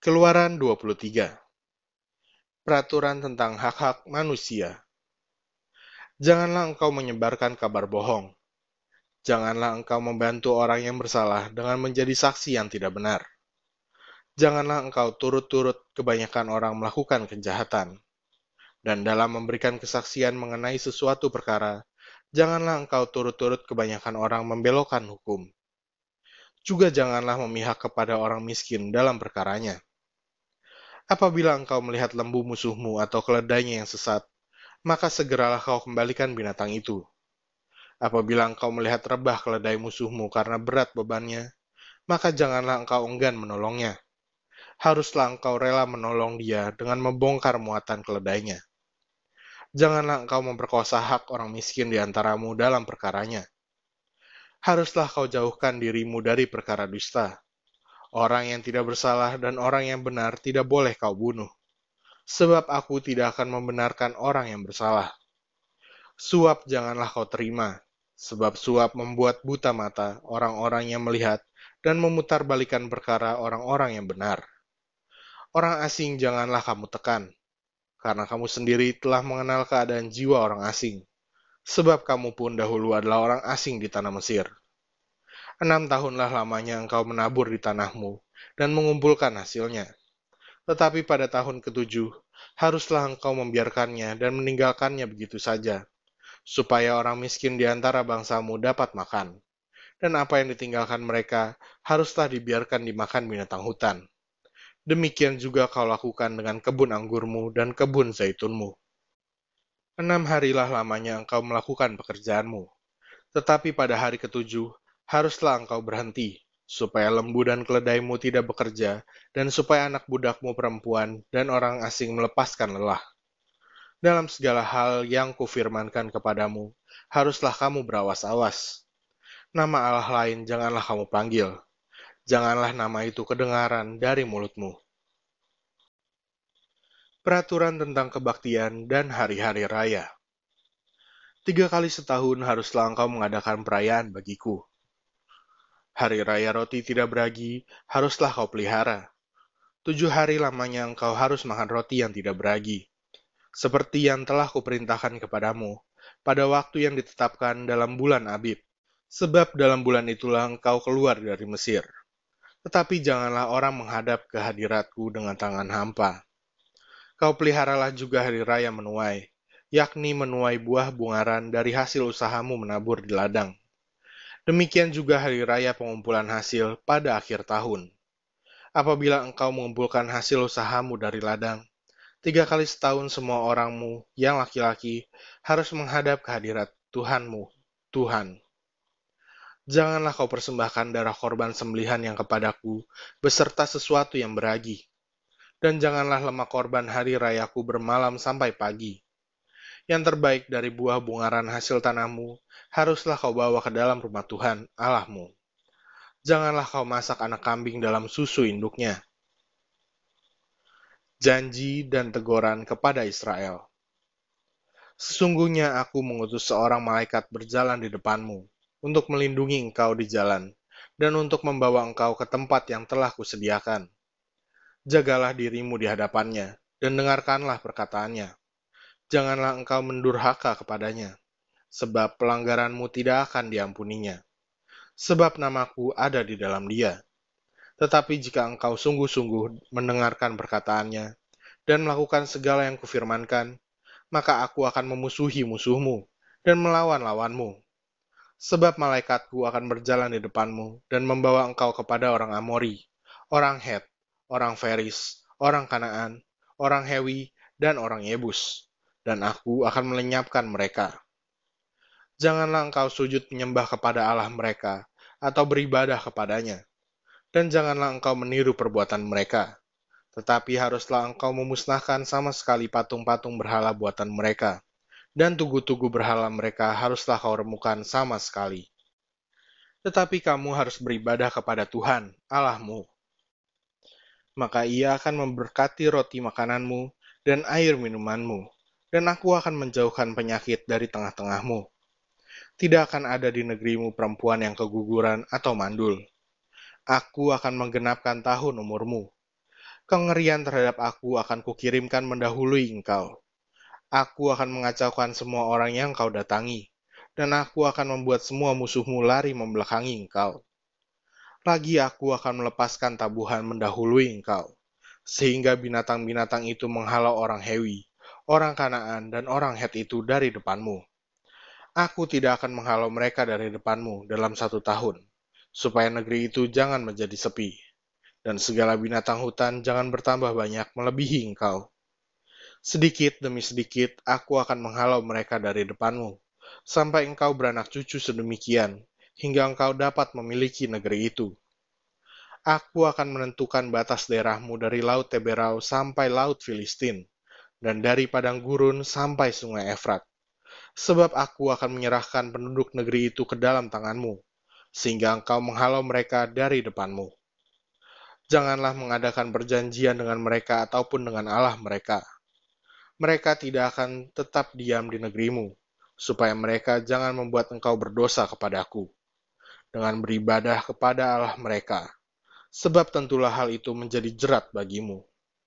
Keluaran 23. Peraturan tentang hak-hak manusia. Janganlah engkau menyebarkan kabar bohong. Janganlah engkau membantu orang yang bersalah dengan menjadi saksi yang tidak benar. Janganlah engkau turut-turut kebanyakan orang melakukan kejahatan. Dan dalam memberikan kesaksian mengenai sesuatu perkara, janganlah engkau turut-turut kebanyakan orang membelokkan hukum. Juga janganlah memihak kepada orang miskin dalam perkaranya. Apabila engkau melihat lembu musuhmu atau keledainya yang sesat, maka segeralah kau kembalikan binatang itu. Apabila engkau melihat rebah keledai musuhmu karena berat bebannya, maka janganlah engkau enggan menolongnya. Haruslah engkau rela menolong dia dengan membongkar muatan keledainya. Janganlah engkau memperkosa hak orang miskin di antaramu dalam perkaranya. Haruslah kau jauhkan dirimu dari perkara dusta. Orang yang tidak bersalah dan orang yang benar tidak boleh kau bunuh. Sebab aku tidak akan membenarkan orang yang bersalah. Suap janganlah kau terima, sebab suap membuat buta mata orang-orang yang melihat dan memutarbalikan perkara orang-orang yang benar. Orang asing janganlah kamu tekan, karena kamu sendiri telah mengenal keadaan jiwa orang asing, sebab kamu pun dahulu adalah orang asing di tanah Mesir. 6 tahunlah lamanya engkau menabur di tanahmu dan mengumpulkan hasilnya. Tetapi pada tahun ketujuh, haruslah engkau membiarkannya dan meninggalkannya begitu saja, supaya orang miskin di antara bangsamu dapat makan. Dan apa yang ditinggalkan mereka haruslah dibiarkan dimakan binatang hutan. Demikian juga kau lakukan dengan kebun anggurmu dan kebun zaitunmu. 6 harilah lamanya engkau melakukan pekerjaanmu. Tetapi pada hari ketujuh, haruslah engkau berhenti, supaya lembu dan keledaimu tidak bekerja, dan supaya anak budakmu perempuan dan orang asing melepaskan lelah. Dalam segala hal yang kufirmankan kepadamu, haruslah kamu berawas-awas. Nama Allah lain janganlah kamu panggil. Janganlah nama itu kedengaran dari mulutmu. Peraturan tentang kebaktian dan hari-hari raya. 3 kali setahun haruslah engkau mengadakan perayaan bagiku. Hari raya roti tidak beragi haruslah kau pelihara. 7 hari lamanya engkau harus makan roti yang tidak beragi, seperti yang telah kuperintahkan kepadamu, pada waktu yang ditetapkan dalam bulan Abib. Sebab dalam bulan itulah engkau keluar dari Mesir. Tetapi janganlah orang menghadap ke hadiratku dengan tangan hampa. Kau peliharalah juga hari raya menuai, yakni menuai buah bungaran dari hasil usahamu menabur di ladang. Demikian juga hari raya pengumpulan hasil pada akhir tahun. Apabila engkau mengumpulkan hasil usahamu dari ladang, 3 kali setahun semua orangmu yang laki-laki harus menghadap ke hadirat Tuhanmu, Tuhan. Janganlah kau persembahkan darah korban sembelihan yang kepadaku beserta sesuatu yang beragi. Dan janganlah lemak korban hari rayaku bermalam sampai pagi. Yang terbaik dari buah bungaran hasil tanahmu haruslah kau bawa ke dalam rumah Tuhan, Allahmu. Janganlah kau masak anak kambing dalam susu induknya. Janji dan teguran kepada Israel. Sesungguhnya aku mengutus seorang malaikat berjalan di depanmu, untuk melindungi engkau di jalan, dan untuk membawa engkau ke tempat yang telah kusediakan. Jagalah dirimu di hadapannya, dan dengarkanlah perkataannya. Janganlah engkau mendurhaka kepadanya, sebab pelanggaranmu tidak akan diampuninya. Sebab namaku ada di dalam dia. Tetapi jika engkau sungguh-sungguh mendengarkan perkataannya, dan melakukan segala yang kufirmankan, maka aku akan memusuhi musuhmu, dan melawan lawanmu. Sebab malaikatku akan berjalan di depanmu, dan membawa engkau kepada orang Amori, orang Het, orang Feris, orang Kanaan, orang Hewi, dan orang Yebus, dan aku akan melenyapkan mereka. Janganlah engkau sujud menyembah kepada Allah mereka, atau beribadah kepadanya, dan janganlah engkau meniru perbuatan mereka, tetapi haruslah engkau memusnahkan sama sekali patung-patung berhala buatan mereka, dan tugu-tugu berhala mereka haruslah kau remukan sama sekali. Tetapi kamu harus beribadah kepada Tuhan, Allahmu. Maka ia akan memberkati roti makananmu dan air minumanmu, dan aku akan menjauhkan penyakit dari tengah-tengahmu. Tidak akan ada di negerimu perempuan yang keguguran atau mandul. Aku akan menggenapkan tahun umurmu. Kengerian terhadap aku akan kukirimkan mendahului engkau. Aku akan mengacaukan semua orang yang kau datangi, dan aku akan membuat semua musuhmu lari membelakangi engkau. Lagi aku akan melepaskan tabuhan mendahului engkau, sehingga binatang-binatang itu menghalau orang Hewi, orang Kanaan, dan orang Het itu dari depanmu. Aku tidak akan menghalau mereka dari depanmu dalam 1 tahun, supaya negeri itu jangan menjadi sepi, dan segala binatang hutan jangan bertambah banyak melebihi engkau. Sedikit demi sedikit aku akan menghalau mereka dari depanmu, sampai engkau beranak cucu sedemikian, hingga engkau dapat memiliki negeri itu. Aku akan menentukan batas daerahmu dari Laut Teberau sampai Laut Filistin, dan dari padang gurun sampai sungai Efrat. Sebab aku akan menyerahkan penduduk negeri itu ke dalam tanganmu, sehingga engkau menghalau mereka dari depanmu. Janganlah mengadakan perjanjian dengan mereka ataupun dengan Allah mereka. Mereka tidak akan tetap diam di negerimu, supaya mereka jangan membuat engkau berdosa kepadaku, dengan beribadah kepada Allah mereka, sebab tentulah hal itu menjadi jerat bagimu.